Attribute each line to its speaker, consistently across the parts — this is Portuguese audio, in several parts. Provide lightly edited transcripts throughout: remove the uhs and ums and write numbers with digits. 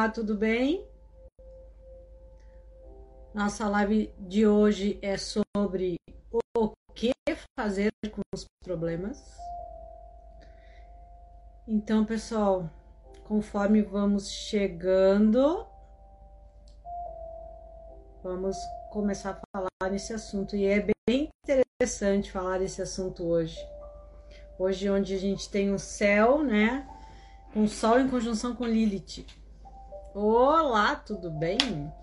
Speaker 1: Olá, tudo bem? Nossa live de hoje é sobre o que fazer com os problemas. Então, pessoal, conforme vamos chegando, vamos começar a falar nesse assunto. E é bem interessante falar desse assunto hoje. Hoje, onde a gente tem um céu, né? Com o Sol em conjunção com Lilith. Olá, tudo bem?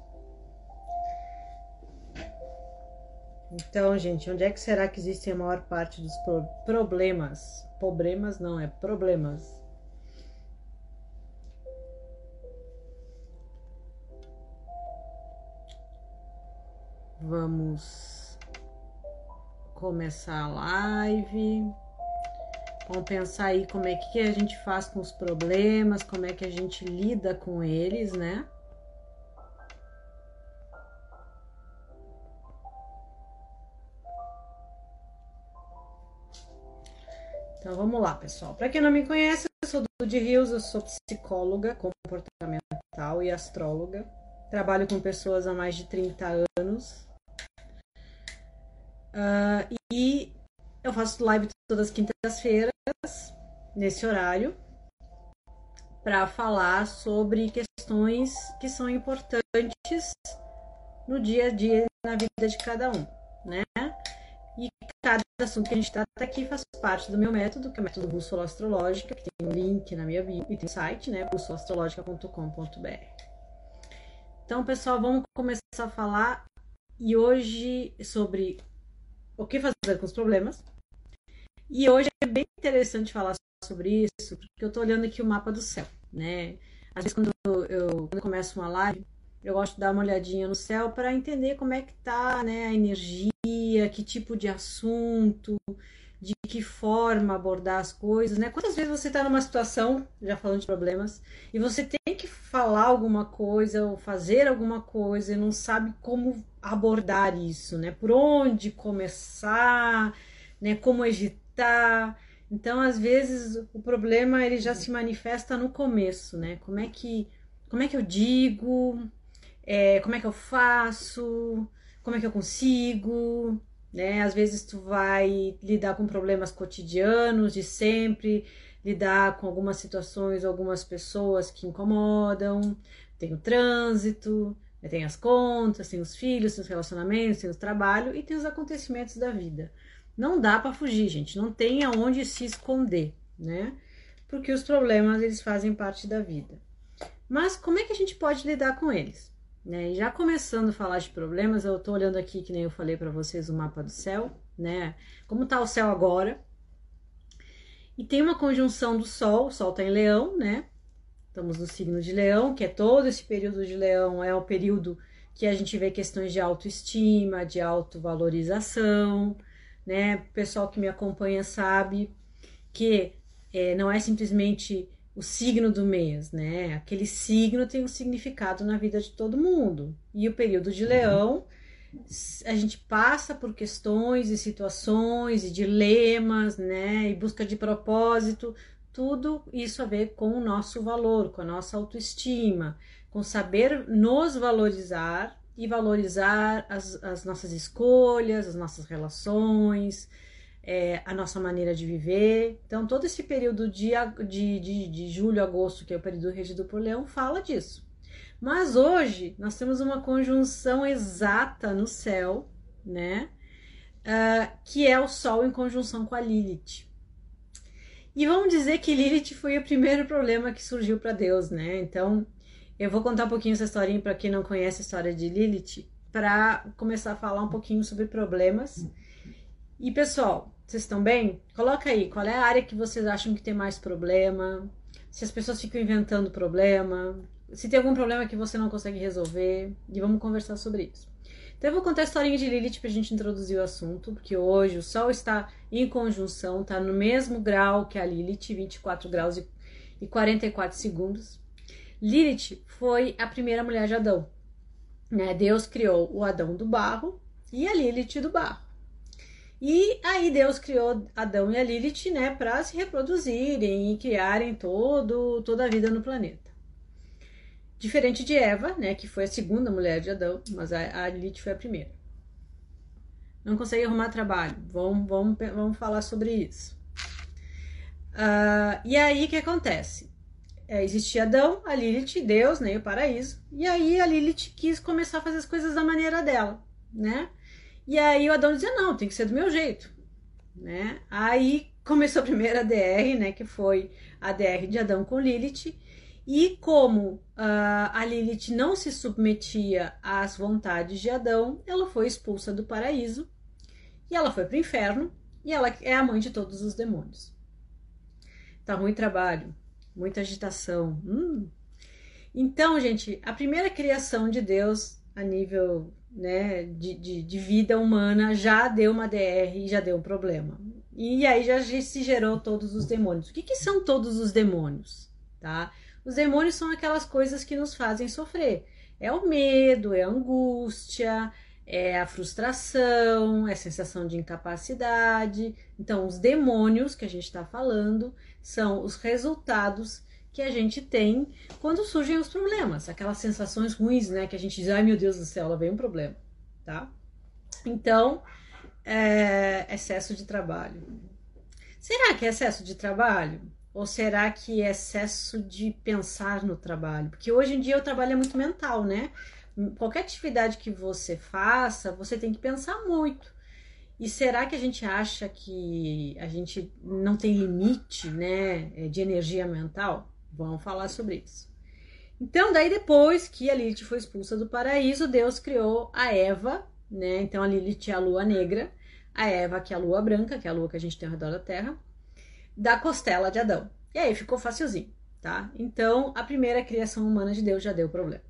Speaker 1: Então, gente, onde é que será que existem a maior parte dos problemas? Problemas não, é problemas. Vamos começar a live. Vamos pensar aí como é que a gente faz com os problemas, como é que a gente lida com eles, né? Então vamos lá, pessoal. Para quem não me conhece, eu sou Dudy Rios, eu sou psicóloga comportamental e astróloga. Trabalho com pessoas há mais de 30 anos. E eu faço live todas as quintas-feiras, nesse horário, para falar sobre questões que são importantes no dia a dia, na vida de cada um, né? E cada assunto que a gente trata aqui faz parte do meu método, que é o método Bússola Astrológica, que tem um link na minha bio e tem um site, né? bussolastrológica.com.br. Então, pessoal, vamos começar a falar e hoje sobre o que fazer com os problemas. E hoje é bem interessante falar sobre isso, porque eu tô olhando aqui o mapa do céu, né? Às vezes quando eu começo uma live, eu gosto de dar uma olhadinha no céu para entender como é que tá, né, a energia, que tipo de assunto, de que forma abordar as coisas, né? Quantas vezes você tá numa situação, já falando de problemas, e você tem que falar alguma coisa ou fazer alguma coisa e não sabe como abordar isso, né? Por onde começar, né? Como agitar. Então, às vezes, o problema ele já se manifesta no começo, né? Como é que eu digo, como é que eu faço, como é que eu consigo, né? Às vezes tu vai lidar com problemas cotidianos de sempre, lidar com algumas situações, algumas pessoas que incomodam, tem o trânsito, tem as contas, tem os filhos, tem os relacionamentos, tem o trabalho e tem os acontecimentos da vida. Não dá para fugir, gente, não tem aonde se esconder, né? Porque os problemas, eles fazem parte da vida. Mas como é que a gente pode lidar com eles? Né? E já começando a falar de problemas, eu tô olhando aqui, que nem eu falei para vocês, o mapa do céu, né? Como tá o céu agora. E tem uma conjunção do Sol, o Sol tá em Leão, né? Estamos no signo de Leão, que é todo esse período de Leão, é o período que a gente vê questões de autoestima, de autovalorização, né? O pessoal que me acompanha sabe que não é simplesmente o signo do mês, né? Aquele signo tem um significado na vida de todo mundo. E o período de Leão, a gente passa por questões e situações e dilemas, né? E busca de propósito, tudo isso a ver com o nosso valor, com a nossa autoestima, com saber nos valorizar e valorizar as nossas escolhas, as nossas relações, a nossa maneira de viver. Então, todo esse período de julho, agosto, que é o período regido por Leão, fala disso. Mas hoje, nós temos uma conjunção exata no céu, né? Que é o Sol em conjunção com a Lilith. E vamos dizer que Lilith foi o primeiro problema que surgiu para Deus, né? Então, eu vou contar um pouquinho essa historinha para quem não conhece a história de Lilith, para começar a falar um pouquinho sobre problemas. E pessoal, vocês estão bem? Coloca aí, qual é a área que vocês acham que tem mais problema? Se as pessoas ficam inventando problema, se tem algum problema que você não consegue resolver, e vamos conversar sobre isso. Então eu vou contar a historinha de Lilith pra gente introduzir o assunto, porque hoje o Sol está em conjunção, está no mesmo grau que a Lilith, 24 graus e 44 segundos. Lilith foi a primeira mulher de Adão, né? Deus criou o Adão do barro e a Lilith do barro. E aí Deus criou Adão e a Lilith, né, para se reproduzirem e criarem toda a vida no planeta. Diferente de Eva, né, que foi a segunda mulher de Adão, mas a Lilith foi a primeira. Não consegue arrumar trabalho. Vamos falar sobre isso. E aí, o que acontece? Existia Adão, a Lilith, Deus, né, o paraíso. E aí a Lilith quis começar a fazer as coisas da maneira dela, né? E aí o Adão dizia, não, tem que ser do meu jeito, né? Aí começou a primeira ADR, né, que foi a ADR de Adão com Lilith. E como a Lilith não se submetia às vontades de Adão, ela foi expulsa do paraíso e ela foi para o inferno e ela é a mãe de todos os demônios. Tá ruim trabalho, muita agitação. Então, gente, a primeira criação de Deus a nível, né, de vida humana já deu uma DR e já deu um problema. E aí já se gerou todos os demônios. O que são todos os demônios? Tá? Os demônios são aquelas coisas que nos fazem sofrer. É o medo, é a angústia, é a frustração, é a sensação de incapacidade. Então, os demônios que a gente está falando são os resultados que a gente tem quando surgem os problemas, aquelas sensações ruins, né, que a gente diz, ai meu Deus do céu, lá vem um problema, tá? Então, excesso de trabalho. Será que é excesso de trabalho? Ou será que é excesso de pensar no trabalho? Porque hoje em dia o trabalho é muito mental, né? Qualquer atividade que você faça, você tem que pensar muito. E será que a gente acha que a gente não tem limite, né, de energia mental? Vamos falar sobre isso. Então, daí depois que a Lilith foi expulsa do paraíso, Deus criou a Eva, né? Então a Lilith é a lua negra, a Eva que é a lua branca, que é a lua que a gente tem ao redor da Terra, da costela de Adão. E aí ficou facilzinho, tá? Então a primeira criação humana de Deus já deu problema.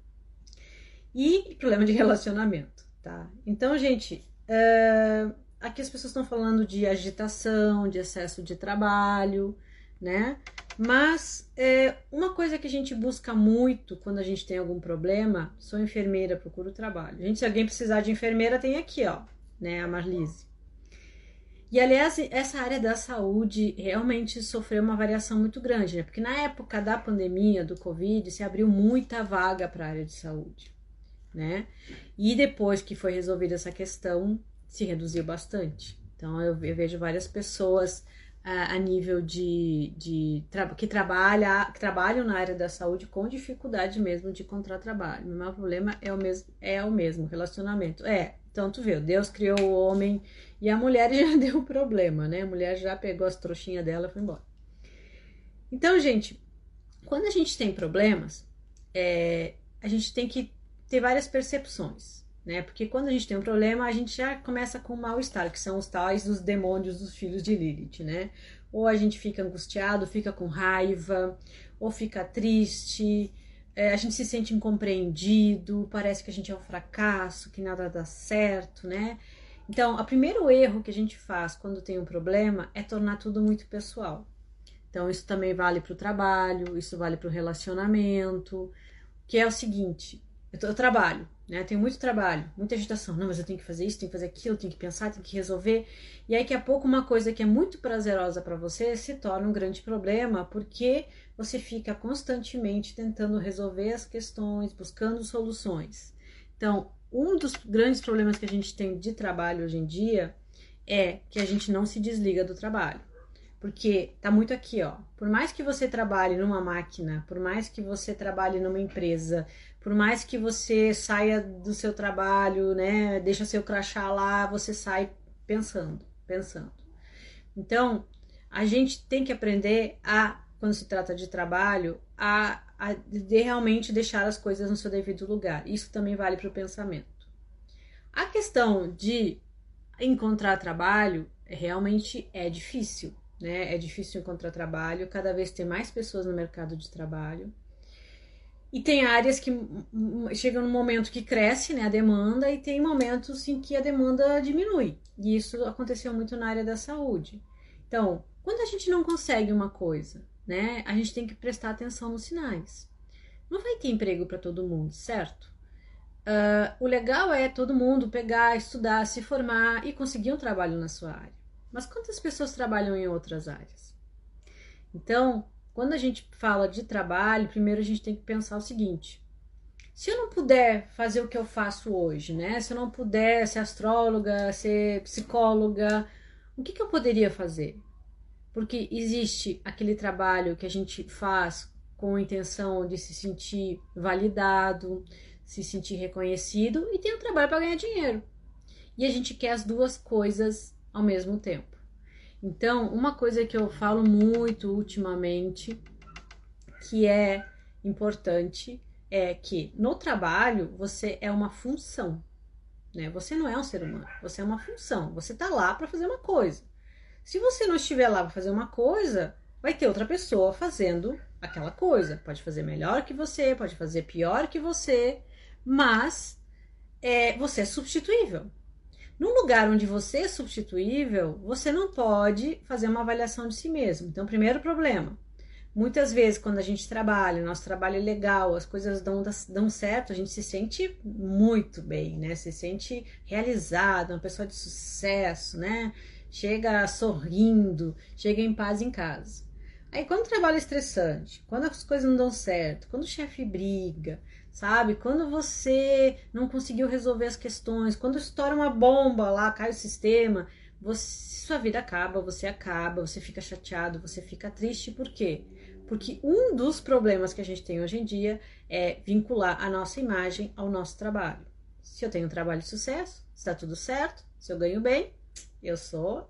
Speaker 1: E problema de relacionamento, tá? Então, gente, aqui as pessoas estão falando de agitação, de excesso de trabalho, né? Mas uma coisa que a gente busca muito quando a gente tem algum problema, sou enfermeira, procuro trabalho. Gente, se alguém precisar de enfermeira, tem aqui, ó, né, a Marlise. E, aliás, essa área da saúde realmente sofreu uma variação muito grande, né? Porque na época da pandemia, do Covid, se abriu muita vaga para a área de saúde, né? E depois que foi resolvida essa questão, se reduziu bastante. Então, eu vejo várias pessoas a nível que trabalham na área da saúde com dificuldade mesmo de encontrar trabalho. O maior problema é o mesmo relacionamento. Então tu vê, Deus criou o homem e a mulher e já deu problema, né? A mulher já pegou as trouxinhas dela e foi embora. Então, gente, quando a gente tem problemas, a gente tem que ter várias percepções, né? Porque quando a gente tem um problema, a gente já começa com mal-estar, que são os tais dos demônios dos filhos de Lilith, né? Ou a gente fica angustiado, fica com raiva, ou fica triste, a gente se sente incompreendido, parece que a gente é um fracasso, que nada dá certo, né? Então, o primeiro erro que a gente faz quando tem um problema é tornar tudo muito pessoal. Então, isso também vale para o trabalho, isso vale para o relacionamento, que é o seguinte, eu trabalho, né? Tenho muito trabalho, muita agitação. Não, mas eu tenho que fazer isso, tenho que fazer aquilo, tenho que pensar, tenho que resolver. E aí, daqui a pouco, uma coisa que é muito prazerosa para você se torna um grande problema, porque você fica constantemente tentando resolver as questões, buscando soluções. Então, um dos grandes problemas que a gente tem de trabalho hoje em dia é que a gente não se desliga do trabalho. Porque tá muito aqui, ó. Por mais que você trabalhe numa máquina, por mais que você trabalhe numa empresa, por mais que você saia do seu trabalho, né, deixa seu crachá lá, você sai pensando. Então, a gente tem que aprender quando se trata de trabalho, de realmente deixar as coisas no seu devido lugar. Isso também vale para o pensamento. A questão de encontrar trabalho realmente é difícil, né? É difícil encontrar trabalho, cada vez tem mais pessoas no mercado de trabalho. E tem áreas que chegam num momento que cresce, né, a demanda, e tem momentos em que a demanda diminui. E isso aconteceu muito na área da saúde. Então, quando a gente não consegue uma coisa, né, a gente tem que prestar atenção nos sinais. Não vai ter emprego para todo mundo, certo? O legal é todo mundo pegar, estudar, se formar e conseguir um trabalho na sua área. Mas quantas pessoas trabalham em outras áreas? Então, quando a gente fala de trabalho, primeiro a gente tem que pensar o seguinte, Se eu não puder fazer o que eu faço hoje, né? Se eu não puder ser astróloga, ser psicóloga, o que eu poderia fazer? Porque existe aquele trabalho que a gente faz com a intenção de se sentir validado, se sentir reconhecido, e tem o trabalho para ganhar dinheiro. E a gente quer as duas coisas ao mesmo tempo. Então, uma coisa que eu falo muito ultimamente, que é importante, é que no trabalho você é uma função, né? Você não é um ser humano, você é uma função. Você tá lá para fazer uma coisa. Se você não estiver lá para fazer uma coisa, vai ter outra pessoa fazendo aquela coisa. Pode fazer melhor que você, pode fazer pior que você, mas você é substituível. Num lugar onde você é substituível, você não pode fazer uma avaliação de si mesmo. Então, primeiro problema. Muitas vezes, quando a gente trabalha, nosso trabalho é legal, as coisas dão certo, a gente se sente muito bem, né? Se sente realizado, uma pessoa de sucesso, né? Chega sorrindo, chega em paz em casa. Aí, quando o trabalho é estressante, quando as coisas não dão certo, quando o chefe briga, sabe? Quando você não conseguiu resolver as questões, quando estoura uma bomba lá, cai o sistema, sua vida acaba, você fica chateado, você fica triste, por quê? Porque um dos problemas que a gente tem hoje em dia é vincular a nossa imagem ao nosso trabalho. Se eu tenho um trabalho de sucesso, está tudo certo, se eu ganho bem, eu sou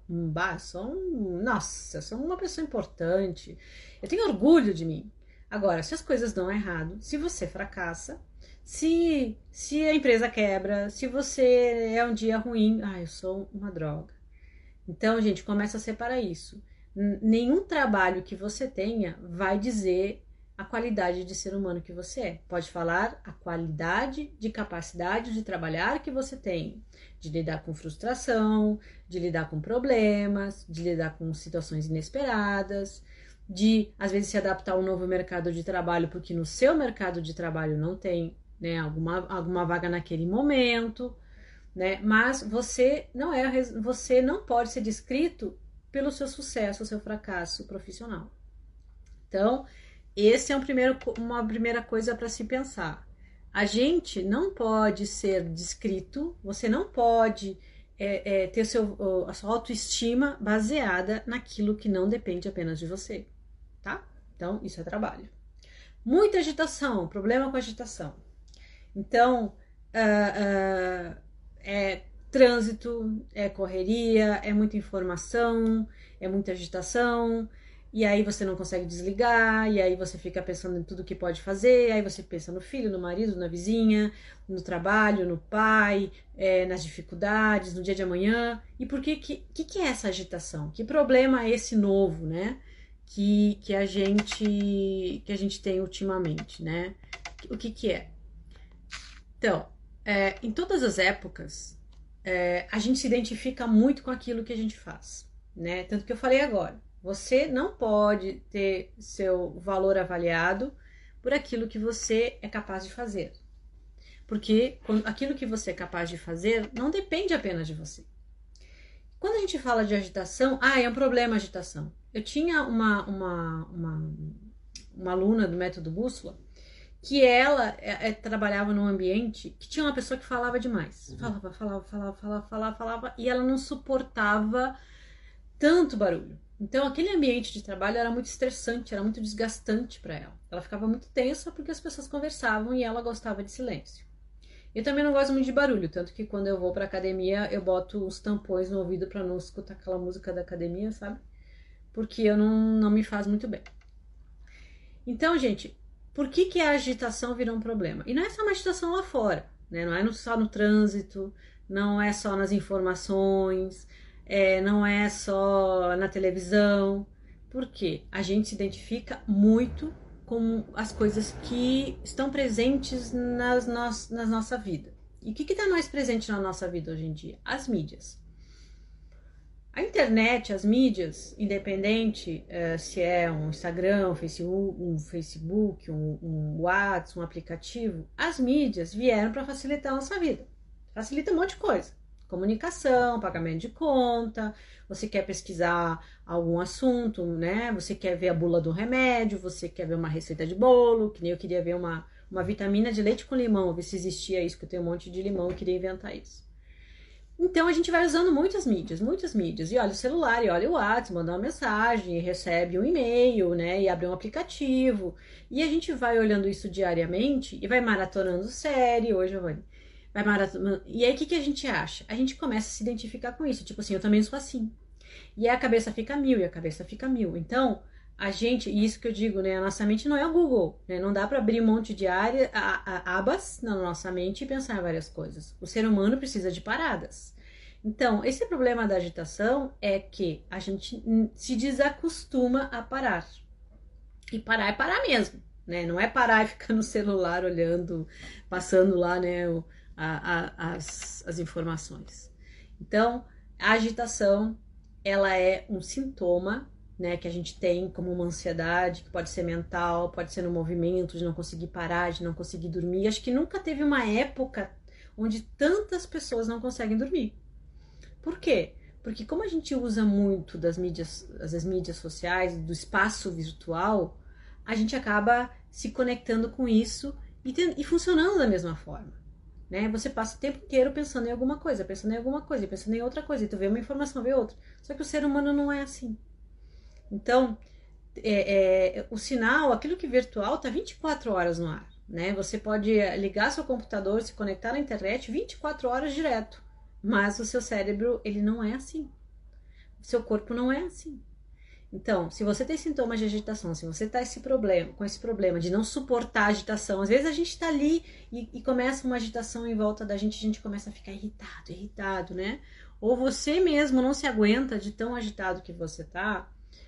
Speaker 1: uma pessoa importante, eu tenho orgulho de mim. Agora, se as coisas dão errado, se você fracassa, se a empresa quebra, se você é um dia ruim, eu sou uma droga. Então, gente, começa a separar isso. Nenhum trabalho que você tenha vai dizer a qualidade de ser humano que você é. Pode falar a qualidade de capacidade de trabalhar que você tem, de lidar com frustração, de lidar com problemas, de lidar com situações inesperadas, de às vezes se adaptar a um novo mercado de trabalho porque no seu mercado de trabalho não tem, né, alguma vaga naquele momento, né? Mas você não pode ser descrito pelo seu sucesso, o seu fracasso profissional. Então, esse é uma primeira coisa para se pensar. A gente não pode ser descrito, você não pode ter a sua autoestima baseada naquilo que não depende apenas de você, tá? Então, isso é trabalho. Muita agitação, problema com agitação. Então, é trânsito, é correria, é muita informação, é muita agitação, e aí você não consegue desligar, e aí você fica pensando em tudo que pode fazer, aí você pensa no filho, no marido, na vizinha, no trabalho, no pai, nas dificuldades, no dia de amanhã. E por que é essa agitação? Que problema é esse novo, né? Que a gente tem ultimamente, né? O que é? Então, em todas as épocas, a gente se identifica muito com aquilo que a gente faz, né? Tanto que eu falei agora, você não pode ter seu valor avaliado por aquilo que você é capaz de fazer. Porque aquilo que você é capaz de fazer não depende apenas de você. Quando a gente fala de agitação, é um problema a agitação. Eu tinha uma aluna do Método Bússola que ela trabalhava num ambiente que tinha uma pessoa que falava demais. Falava, e ela não suportava tanto barulho. Então, aquele ambiente de trabalho era muito estressante, era muito desgastante para ela. Ela ficava muito tensa porque as pessoas conversavam e ela gostava de silêncio. Eu também não gosto muito de barulho, tanto que quando eu vou pra academia, eu boto os tampões no ouvido para não escutar aquela música da academia, sabe? Porque eu não me faz muito bem. Então, gente, por que a agitação virou um problema? E não é só uma agitação lá fora, né? Não é só no trânsito, não é só nas informações, não é só na televisão. Por quê? A gente se identifica muito com as coisas que estão presentes na nossa vida. E o que está mais presente na nossa vida hoje em dia? As mídias. A internet, as mídias, independente se é um Instagram, um Facebook, um WhatsApp, um aplicativo, as mídias vieram para facilitar a nossa vida. Facilita um monte de coisa. Comunicação, pagamento de conta, você quer pesquisar algum assunto, né? Você quer ver a bula do remédio, você quer ver uma receita de bolo, que nem eu queria ver uma uma vitamina de leite com limão, ver se existia isso, que eu tenho um monte de limão e queria inventar isso. Então a gente vai usando muitas mídias, e olha o celular, e olha o WhatsApp, manda uma mensagem, e recebe um e-mail, né, e abre um aplicativo, e a gente vai olhando isso diariamente e vai maratonando série, hoje, Giovanni, vai maratonando, e aí o que a gente acha? A gente começa a se identificar com isso, tipo assim, eu também sou assim, e aí a cabeça fica mil, e a cabeça fica mil, então a gente, e isso que eu digo, né, a nossa mente não é o Google, né, não dá para abrir um monte de abas na nossa mente e pensar em várias coisas. O ser humano precisa de paradas. Então, esse problema da agitação é que a gente se desacostuma a parar. E parar é parar mesmo, né, não é parar e ficar no celular olhando, passando lá, né, as informações. Então, a agitação, ela é um sintoma, né, que a gente tem como uma ansiedade, que pode ser mental, pode ser no movimento, de não conseguir parar, de não conseguir dormir. Acho que nunca teve uma época onde tantas pessoas não conseguem dormir. Por quê? Porque como a gente usa muito das mídias sociais, do espaço virtual, a gente acaba se conectando com isso e funcionando da mesma forma. Né? Você passa o tempo inteiro pensando em alguma coisa, pensando em outra coisa, e tu vê uma informação, vê outra. Só que o ser humano não é assim. Então, o sinal, aquilo que é virtual, está 24 horas no ar. Né? Você pode ligar seu computador, se conectar na internet 24 horas direto. Mas o seu cérebro, ele não é assim. O seu corpo não é assim. Então, se você tem sintomas de agitação, se você está com esse problema de não suportar a agitação, às vezes a gente está ali e começa uma agitação em volta da gente, a gente começa a ficar irritado, né? Ou você mesmo não se aguenta de tão agitado que você tá.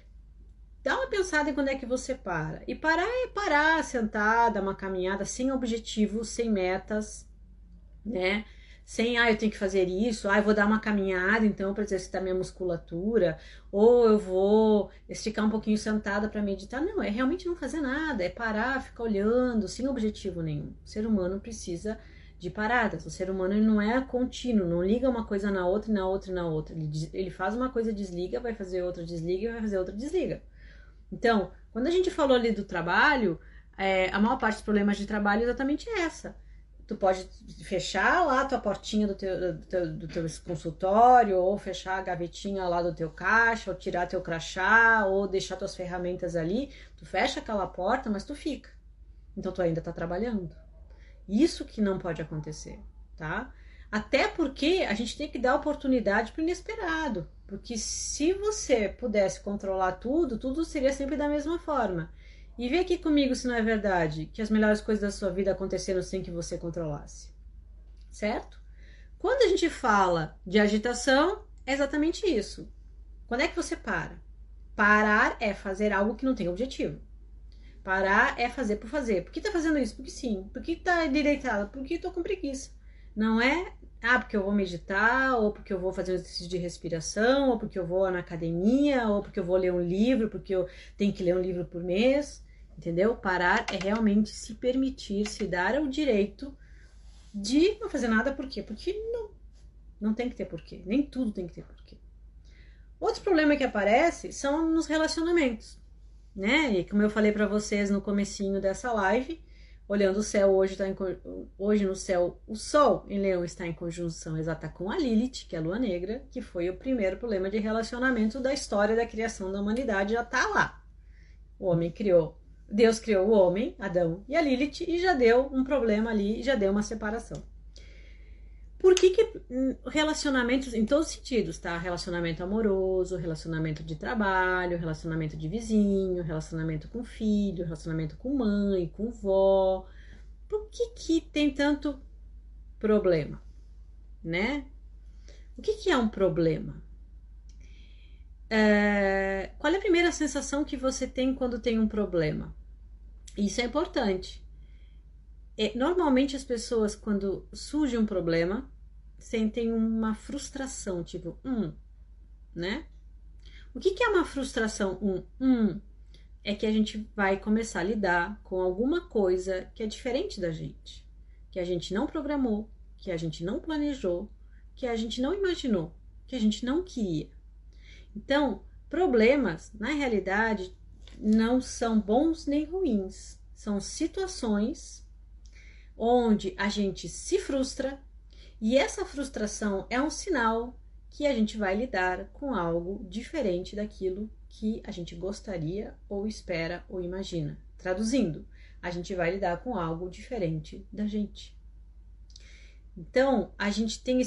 Speaker 1: Dá uma pensada em quando é que você para. E parar é parar, sentar, dar uma caminhada sem objetivo, sem metas, né? Sem, eu tenho que fazer isso, eu vou dar uma caminhada então para exercitar minha musculatura, ou eu vou esticar um pouquinho sentada para meditar. Não, é realmente não fazer nada, é parar, ficar olhando, sem objetivo nenhum. O ser humano precisa de paradas, o ser humano ele não é contínuo, não liga uma coisa na outra, na outra e na outra. Ele faz uma coisa, desliga, vai fazer outra, desliga, vai fazer outra, desliga. Então, quando a gente falou ali do trabalho, a maior parte dos problemas de trabalho é exatamente essa. Tu pode fechar lá a tua portinha do teu consultório, ou fechar a gavetinha lá do teu caixa, ou tirar teu crachá, ou deixar tuas ferramentas ali. Tu fecha aquela porta, mas tu fica. Então tu ainda tá trabalhando. Isso que não pode acontecer, tá? Até porque a gente tem que dar oportunidade pro inesperado. Porque se você pudesse controlar tudo seria sempre da mesma forma. E vê aqui comigo se não é verdade que as melhores coisas da sua vida aconteceram sem que você controlasse. Certo? Quando a gente fala de agitação, é exatamente isso. Quando é que você para? Parar é fazer algo que não tem objetivo. Parar é fazer por fazer. Por que tá fazendo isso? Porque sim. Por que tá direitada? Porque tô com preguiça. Não é, porque eu vou meditar, ou porque eu vou fazer um exercício de respiração, ou porque eu vou na academia, ou porque eu vou ler um livro, porque eu tenho que ler um livro por mês. Entendeu? Parar é realmente se permitir, se dar o direito de não fazer nada. Por quê? Porque não tem que ter porquê. Nem tudo tem que ter porquê. Outro problema que aparece são nos relacionamentos, né? E como eu falei para vocês no comecinho dessa live, olhando o céu, hoje no céu, o Sol em Leão está em conjunção exata com a Lilith, que é a Lua Negra, que foi o primeiro problema de relacionamento da história da criação da humanidade, já tá lá. O homem Deus criou o homem, Adão e a Lilith, e já deu um problema ali, já deu uma separação. Por que relacionamentos, em todos os sentidos, tá? Relacionamento amoroso, relacionamento de trabalho, relacionamento de vizinho, relacionamento com filho, relacionamento com mãe, com vó. Por que tem tanto problema, né? O que é um problema? Qual é a primeira sensação que você tem quando tem um problema? Isso é importante. Normalmente as pessoas, quando surge um problema, sentem uma frustração, tipo, né? O que é uma frustração? É que a gente vai começar a lidar com alguma coisa que é diferente da gente, que a gente não programou, que a gente não planejou, que a gente não imaginou, que a gente não queria. Então, problemas, na realidade, não são bons nem ruins. São situações onde a gente se frustra e essa frustração é um sinal que a gente vai lidar com algo diferente daquilo que a gente gostaria ou espera ou imagina. Traduzindo, a gente vai lidar com algo diferente da gente. Então, a gente tem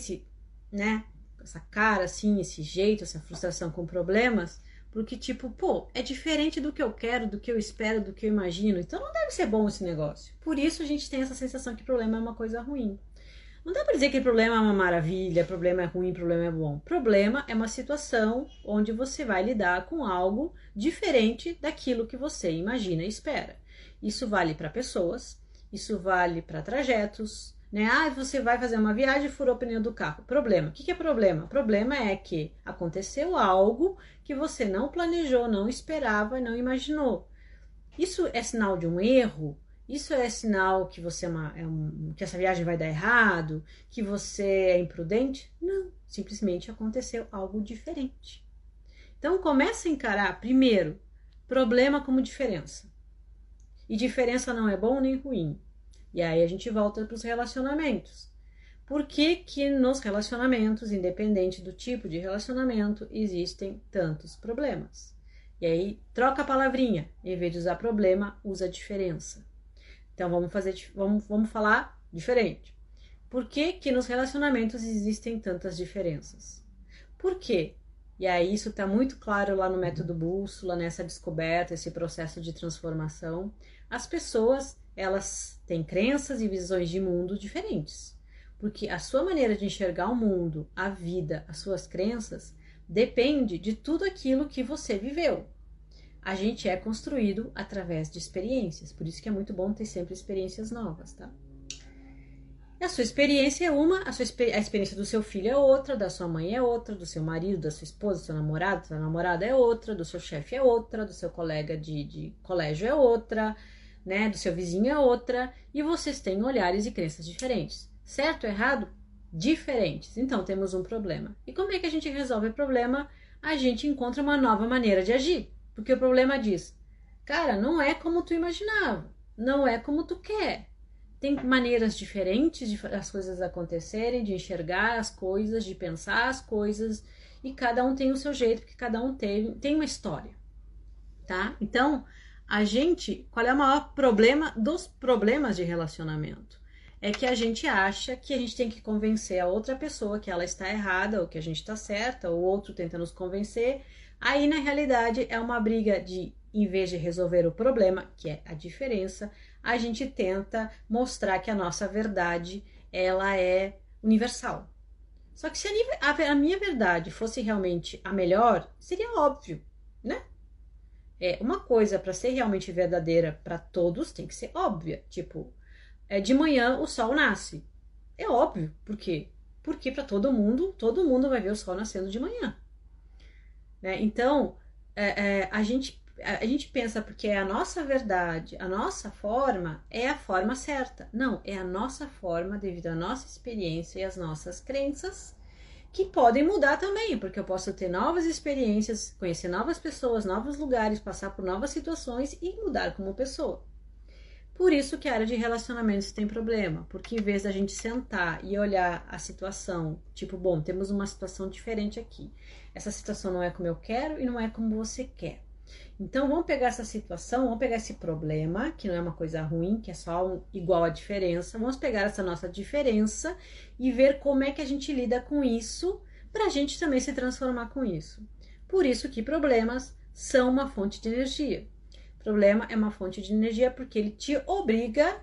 Speaker 1: essa cara assim, esse jeito, essa frustração com problemas, porque tipo, é diferente do que eu quero, do que eu espero, do que eu imagino, então não deve ser bom esse negócio. Por isso a gente tem essa sensação que problema é uma coisa ruim. Não dá pra dizer que problema é uma maravilha, problema é ruim, problema é bom. Problema é uma situação onde você vai lidar com algo diferente daquilo que você imagina e espera. Isso vale para pessoas, isso vale para trajetos, né? Você vai fazer uma viagem e furou o pneu do carro. Problema. O que é problema? Problema é que aconteceu algo que você não planejou, não esperava, não imaginou. Isso é sinal de um erro? Isso é sinal que você que essa viagem vai dar errado? Que você é imprudente? Não. Simplesmente aconteceu algo diferente. Então comece a encarar, primeiro, problema como diferença. E diferença não é bom nem ruim. E aí a gente volta para os relacionamentos. Por que nos relacionamentos, independente do tipo de relacionamento, existem tantos problemas? E aí troca a palavrinha. Em vez de usar problema, usa diferença. Então vamos falar diferente. Por que nos relacionamentos existem tantas diferenças? Por quê? E aí isso está muito claro lá no método Bússola, nessa descoberta, esse processo de transformação. As pessoas, elas têm crenças e visões de mundo diferentes. Porque a sua maneira de enxergar o mundo, a vida, as suas crenças, depende de tudo aquilo que você viveu. A gente é construído através de experiências, por isso que é muito bom ter sempre experiências novas, tá? A sua experiência é uma, a experiência do seu filho é outra, da sua mãe é outra, do seu marido, da sua esposa, do seu namorado, da sua namorada é outra, do seu chefe é outra, do seu colega de colégio é outra, né? Do seu vizinho é outra, e vocês têm olhares e crenças diferentes. Certo ou errado? Diferentes. Então temos um problema. E como é que a gente resolve o problema? A gente encontra uma nova maneira de agir. Porque o problema diz, cara, não é como tu imaginava, não é como tu quer. Tem maneiras diferentes de as coisas acontecerem, de enxergar as coisas, de pensar as coisas, e cada um tem o seu jeito, porque cada um tem uma história, tá? Então, qual é o maior problema dos problemas de relacionamento? É que a gente acha que a gente tem que convencer a outra pessoa que ela está errada, ou que a gente está certa, ou o outro tenta nos convencer. Aí, na realidade, é uma briga de, em vez de resolver o problema, que é a diferença, a gente tenta mostrar que a nossa verdade, ela é universal. Só que se a minha verdade fosse realmente a melhor, seria óbvio, né? Uma coisa para ser realmente verdadeira para todos tem que ser óbvia. Tipo, de manhã o sol nasce. É óbvio. Por quê? Porque para todo mundo vai ver o sol nascendo de manhã. Né? Então, a gente pensa porque é a nossa verdade, a nossa forma é a forma certa. Não, é a nossa forma devido à nossa experiência e às nossas crenças, que podem mudar também, porque eu posso ter novas experiências, conhecer novas pessoas, novos lugares, passar por novas situações e mudar como pessoa. Por isso que a área de relacionamentos tem problema, porque em vez da gente sentar e olhar a situação, tipo, bom, temos uma situação diferente aqui. Essa situação não é como eu quero e não é como você quer. Então, vamos pegar essa situação, vamos pegar esse problema, que não é uma coisa ruim, que é só igual a diferença. Vamos pegar essa nossa diferença e ver como é que a gente lida com isso, para a gente também se transformar com isso. Por isso que problemas são uma fonte de energia. Problema é uma fonte de energia porque ele te obriga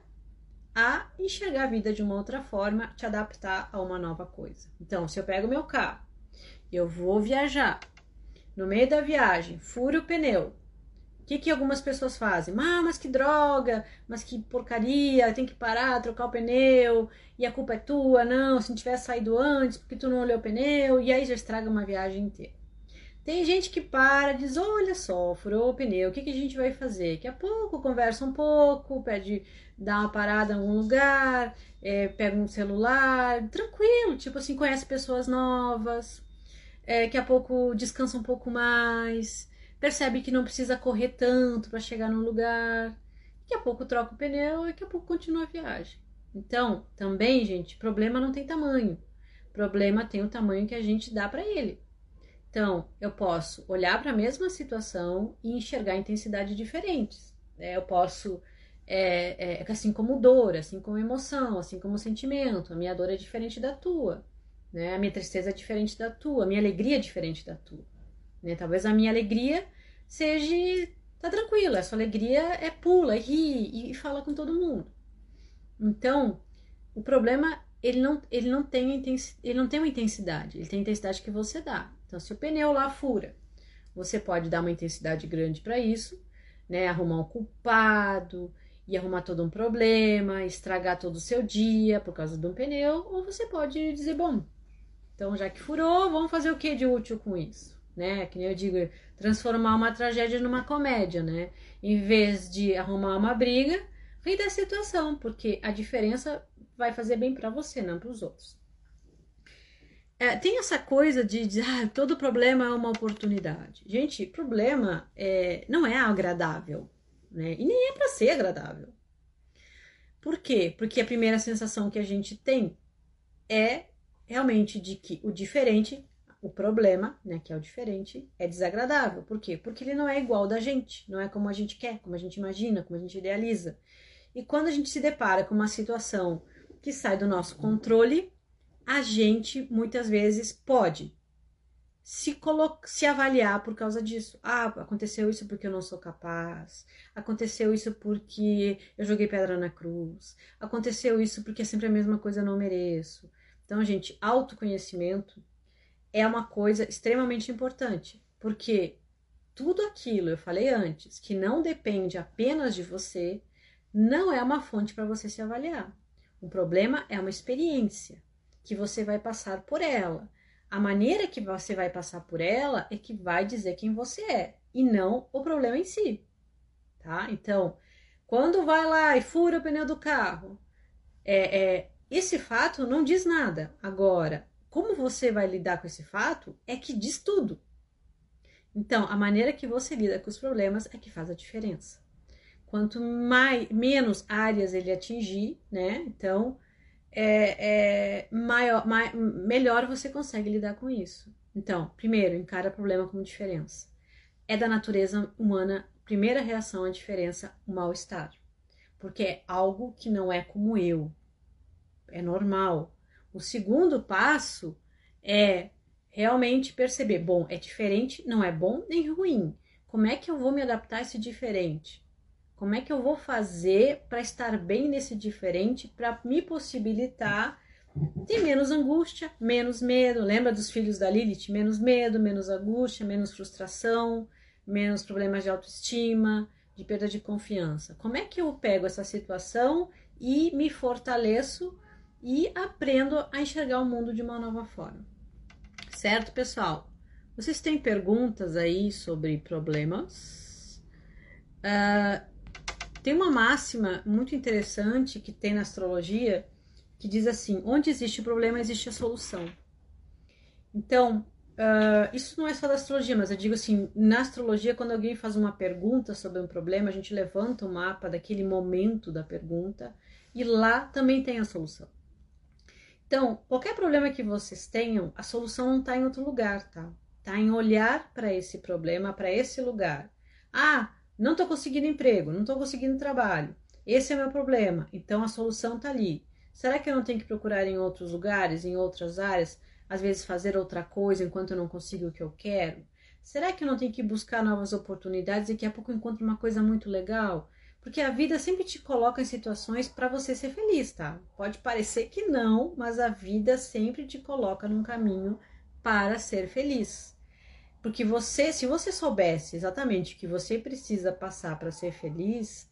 Speaker 1: a enxergar a vida de uma outra forma, te adaptar a uma nova coisa. Então, se eu pego meu carro, eu vou viajar, no meio da viagem, furo o pneu. O que algumas pessoas fazem? Mas que droga, mas que porcaria, tem que parar, trocar o pneu, e a culpa é tua, não, se não tivesse saído antes, porque tu não olhou o pneu, e aí já estraga uma viagem inteira. Tem gente que para, diz, olha só, furou o pneu, o que a gente vai fazer? Daqui a pouco conversa um pouco, pede, dá uma parada em algum lugar, pega um celular, tranquilo, tipo assim, conhece pessoas novas, daqui a pouco descansa um pouco mais, percebe que não precisa correr tanto para chegar no lugar, daqui a pouco troca o pneu e daqui a pouco continua a viagem, Então, também, gente, problema não tem tamanho. Problema tem o tamanho que a gente dá para ele. Então, eu posso olhar para a mesma situação e enxergar intensidades diferentes. Eu posso, assim como dor, assim como emoção, assim como sentimento. A minha dor é diferente da tua, né? A minha tristeza é diferente da tua, a minha alegria é diferente da tua. Né? Talvez a minha alegria seja, tá tranquila, a sua alegria é pula, ri e fala com todo mundo. Então, o problema, ele não tem uma intensidade, ele tem a intensidade que você dá. Então, se o pneu lá fura, você pode dar uma intensidade grande para isso, né? Arrumar um culpado e arrumar todo um problema, estragar todo o seu dia por causa de um pneu, ou você pode dizer, bom, então já que furou, vamos fazer o que de útil com isso? Né? Que nem eu digo, transformar uma tragédia numa comédia, né? Em vez de arrumar uma briga, rir da situação, porque a diferença vai fazer bem para você, não para os outros. Tem essa coisa de todo problema é uma oportunidade. Gente, problema não é agradável, né? E nem é para ser agradável. Por quê? Porque a primeira sensação que a gente tem é realmente de que o diferente, o problema, né, que é o diferente, é desagradável. Por quê? Porque ele não é igual da gente, não é como a gente quer, como a gente imagina, como a gente idealiza. E quando a gente se depara com uma situação que sai do nosso controle, a gente muitas vezes pode se avaliar por causa disso. Aconteceu isso porque eu não sou capaz. Aconteceu isso porque eu joguei pedra na cruz. Aconteceu isso porque é sempre a mesma coisa, eu não mereço. Então, gente, autoconhecimento é uma coisa extremamente importante, porque tudo aquilo, eu falei antes, que não depende apenas de você, não é uma fonte para você se avaliar. O problema é uma experiência que você vai passar por ela. A maneira que você vai passar por ela é que vai dizer quem você é, e não o problema em si, tá? Então, quando vai lá e fura o pneu do carro, esse fato não diz nada. Agora, como você vai lidar com esse fato é que diz tudo. Então, a maneira que você lida com os problemas é que faz a diferença. Quanto menos áreas ele atingir, né? Então, melhor você consegue lidar com isso. Então, primeiro, encara o problema como diferença. É da natureza humana, primeira reação à diferença, o mal-estar. Porque é algo que não é como eu. É normal. O segundo passo é realmente perceber, bom, é diferente, não é bom nem ruim. Como é que eu vou me adaptar a esse diferente? Como é que eu vou fazer para estar bem nesse diferente, para me possibilitar ter menos angústia, menos medo? Lembra dos filhos da Lilith? Menos medo, menos angústia, menos frustração, menos problemas de autoestima, de perda de confiança. Como é que eu pego essa situação e me fortaleço e aprendo a enxergar o mundo de uma nova forma? Certo, pessoal? Vocês têm perguntas aí sobre problemas? Tem uma máxima muito interessante que tem na astrologia que diz assim: onde existe o problema, existe a solução. Então, isso não é só da astrologia, mas eu digo assim, na astrologia, quando alguém faz uma pergunta sobre um problema, a gente levanta o mapa daquele momento da pergunta e lá também tem a solução. Então, qualquer problema que vocês tenham, a solução não está em outro lugar, tá? Está em olhar para esse problema, para esse lugar. Não estou conseguindo emprego, não estou conseguindo trabalho. Esse é o meu problema. Então a solução está ali. Será que eu não tenho que procurar em outros lugares, em outras áreas, às vezes fazer outra coisa enquanto eu não consigo o que eu quero? Será que eu não tenho que buscar novas oportunidades e daqui a pouco eu encontro uma coisa muito legal? Porque a vida sempre te coloca em situações para você ser feliz, tá? Pode parecer que não, mas a vida sempre te coloca num caminho para ser feliz. Porque se você soubesse exatamente o que você precisa passar para ser feliz,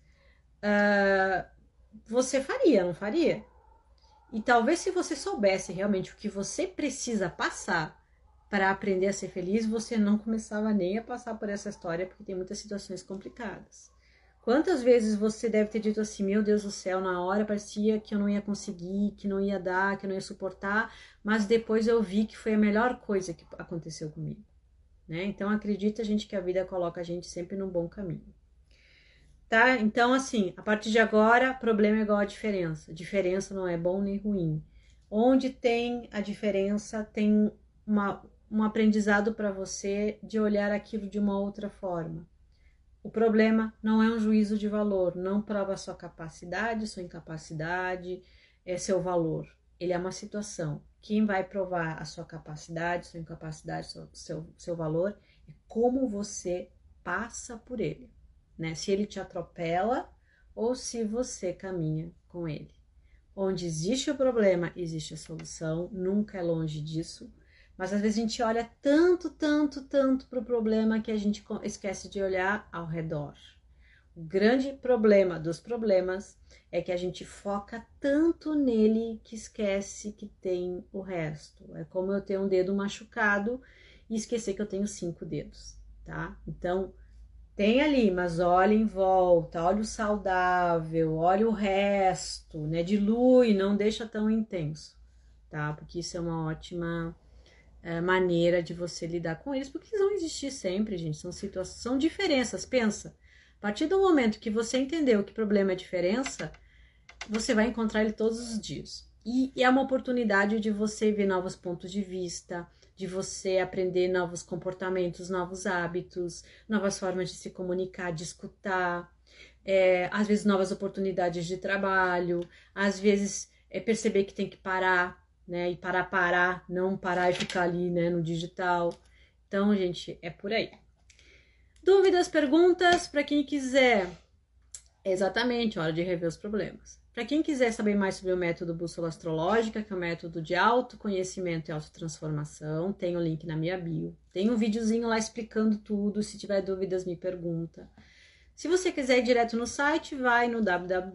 Speaker 1: você faria, não faria? E talvez se você soubesse realmente o que você precisa passar para aprender a ser feliz, você não começava nem a passar por essa história, porque tem muitas situações complicadas. Quantas vezes você deve ter dito assim, meu Deus do céu, na hora parecia que eu não ia conseguir, que não ia dar, que eu não ia suportar, mas depois eu vi que foi a melhor coisa que aconteceu comigo. Né? Então acredita, gente, que a vida coloca a gente sempre num bom caminho. tá? Então, assim, a partir de agora, problema é igual a diferença. Diferença não é bom nem ruim. Onde tem a diferença, tem um aprendizado para você de olhar aquilo de uma outra forma. O problema não é um juízo de valor, não prova sua capacidade, sua incapacidade, é seu valor. Ele é uma situação. Quem vai provar a sua capacidade, sua incapacidade, seu valor é como você passa por ele, né? Se ele te atropela ou se você caminha com ele. Onde existe o problema, existe a solução, nunca é longe disso. Mas às vezes a gente olha tanto para o problema que a gente esquece de olhar ao redor. O grande problema dos problemas é que a gente foca tanto nele que esquece que tem o resto. É como eu ter um dedo machucado e esquecer que eu tenho 5 dedos, tá? Então, tem ali, mas olha em volta, olha o saudável, olha o resto, né? Dilui, não deixa tão intenso, tá? Porque isso é uma ótima maneira de você lidar com eles, porque eles vão existir sempre, gente. São situações, são diferenças. Pensa, a partir do momento que você entendeu que problema é diferença, você vai encontrar ele todos os dias. E é uma oportunidade de você ver novos pontos de vista, de você aprender novos comportamentos, novos hábitos, novas formas de se comunicar, de escutar, às vezes novas oportunidades de trabalho, às vezes perceber que tem que parar, né? E parar, não parar e ficar ali, né, no digital. Então, gente, é por aí. Dúvidas, perguntas, para quem quiser. É exatamente hora de rever os problemas. Para quem quiser saber mais sobre o método Bússola Astrológica, que é o método de autoconhecimento e autotransformação, tem o link na minha bio. Tem um videozinho lá explicando tudo. Se tiver dúvidas, me pergunta. Se você quiser ir direto no site, vai no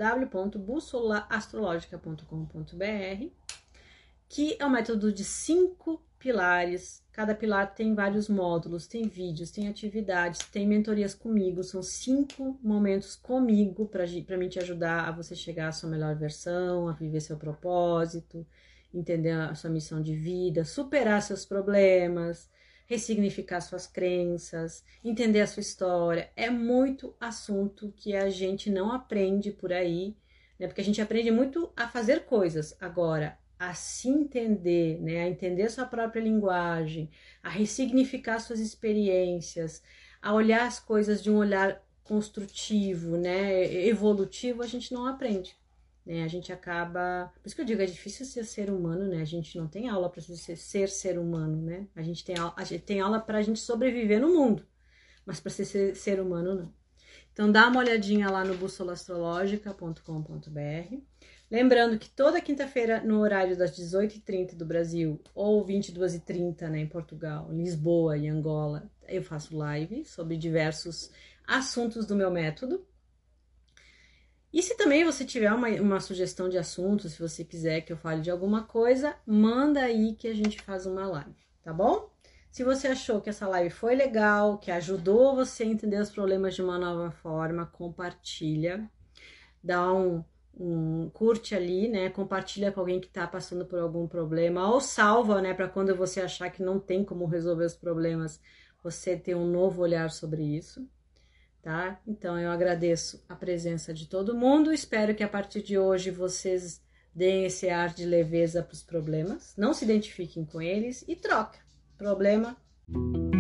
Speaker 1: www.bussolaastrologica.com.br, que é um método de 5 pilares. Cada pilar tem vários módulos, tem vídeos, tem atividades, tem mentorias comigo. São 5 momentos comigo para mim te ajudar a você chegar à sua melhor versão, a viver seu propósito, entender a sua missão de vida, superar seus problemas, ressignificar suas crenças, entender a sua história. É muito assunto que a gente não aprende por aí, né? Porque a gente aprende muito a fazer coisas. Agora, a se entender, né? A entender sua própria linguagem, a ressignificar suas experiências, a olhar as coisas de um olhar construtivo, né? Evolutivo, a gente não aprende. Né? A gente acaba... Por isso que eu digo, é difícil ser humano, né? A gente não tem aula para ser humano, né? A gente tem aula para a gente sobreviver no mundo, mas para ser humano, não. Então, dá uma olhadinha lá no bussolaastrologica.com.br. Lembrando que toda quinta-feira, no horário das 18h30 do Brasil, ou 22h30, né, em Portugal, Lisboa e Angola, eu faço live sobre diversos assuntos do meu método. E se também você tiver uma sugestão de assunto, se você quiser que eu fale de alguma coisa, manda aí que a gente faz uma live, tá bom? Se você achou que essa live foi legal, que ajudou você a entender os problemas de uma nova forma, compartilha, dá curte ali, né? Compartilha com alguém que tá passando por algum problema, ou salva, né? Para quando você achar que não tem como resolver os problemas, você ter um novo olhar sobre isso. Tá? Então eu agradeço a presença de todo mundo, espero que a partir de hoje vocês deem esse ar de leveza para os problemas, não se identifiquem com eles e troca. Problema